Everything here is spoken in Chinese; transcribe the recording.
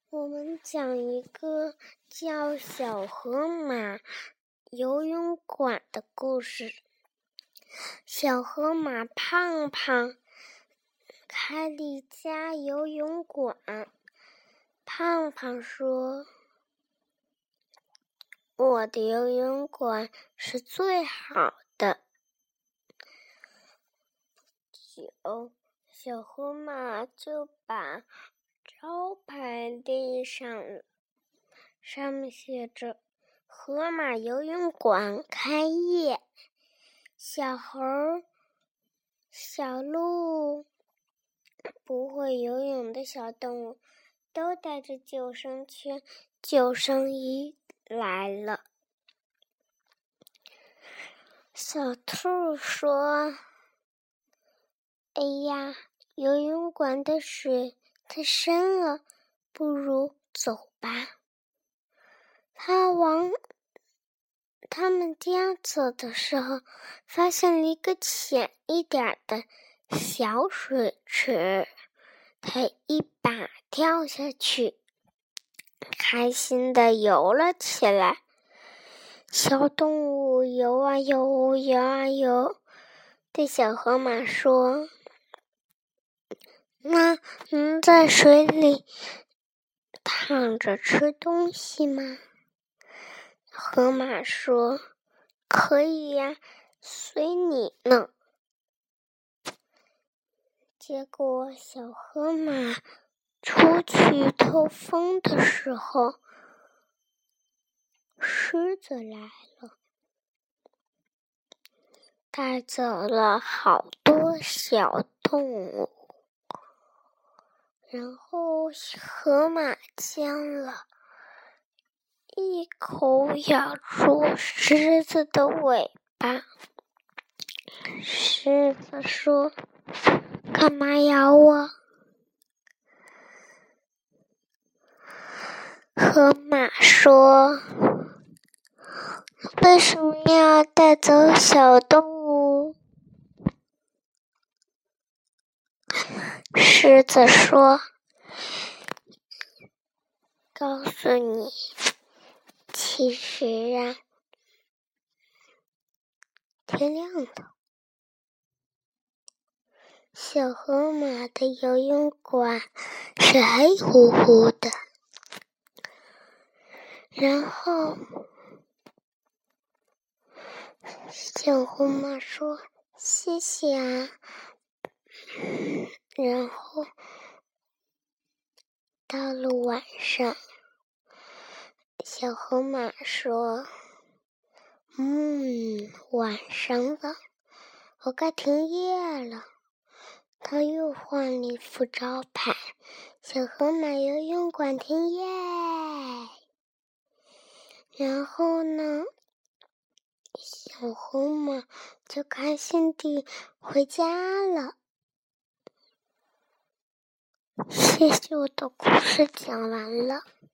我们讲一个叫小河马游泳馆的故事。小河马胖胖开了一家游泳馆。胖胖说：“我的游泳馆是最好的。”小河马就把招牌立上，上面写着“河马游泳馆开业”。小猴、小鹿、不会游泳的小动物都带着救生圈、救生衣来了。小兔说：“哎呀，游泳馆的水太深了，不如走吧。”他们家走的时候，发现了一个浅一点的小水池，他一把跳下去，开心地游了起来。小动物游啊游，游啊游，对小河马说：“那能在水里躺着吃东西吗？”河马说：“可以呀，随你呢。”结果小河马出去透风的时候，狮子来了，带走了好多小动物。然后河马见了，一口咬住狮子的尾巴。狮子说：“干嘛咬我？”河马说：“为什么要带走小动物？”狮子说：“告诉你，其实啊，天亮了。”小河马的游泳馆是黑乎乎的。然后小河马说：“谢谢啊。”然后到了晚上，小河马说：“晚上了，我该停业了。”他又换了一副招牌：“小河马游泳馆停业。”然后呢，小河马就开心地回家了。谢谢，我的故事讲完了。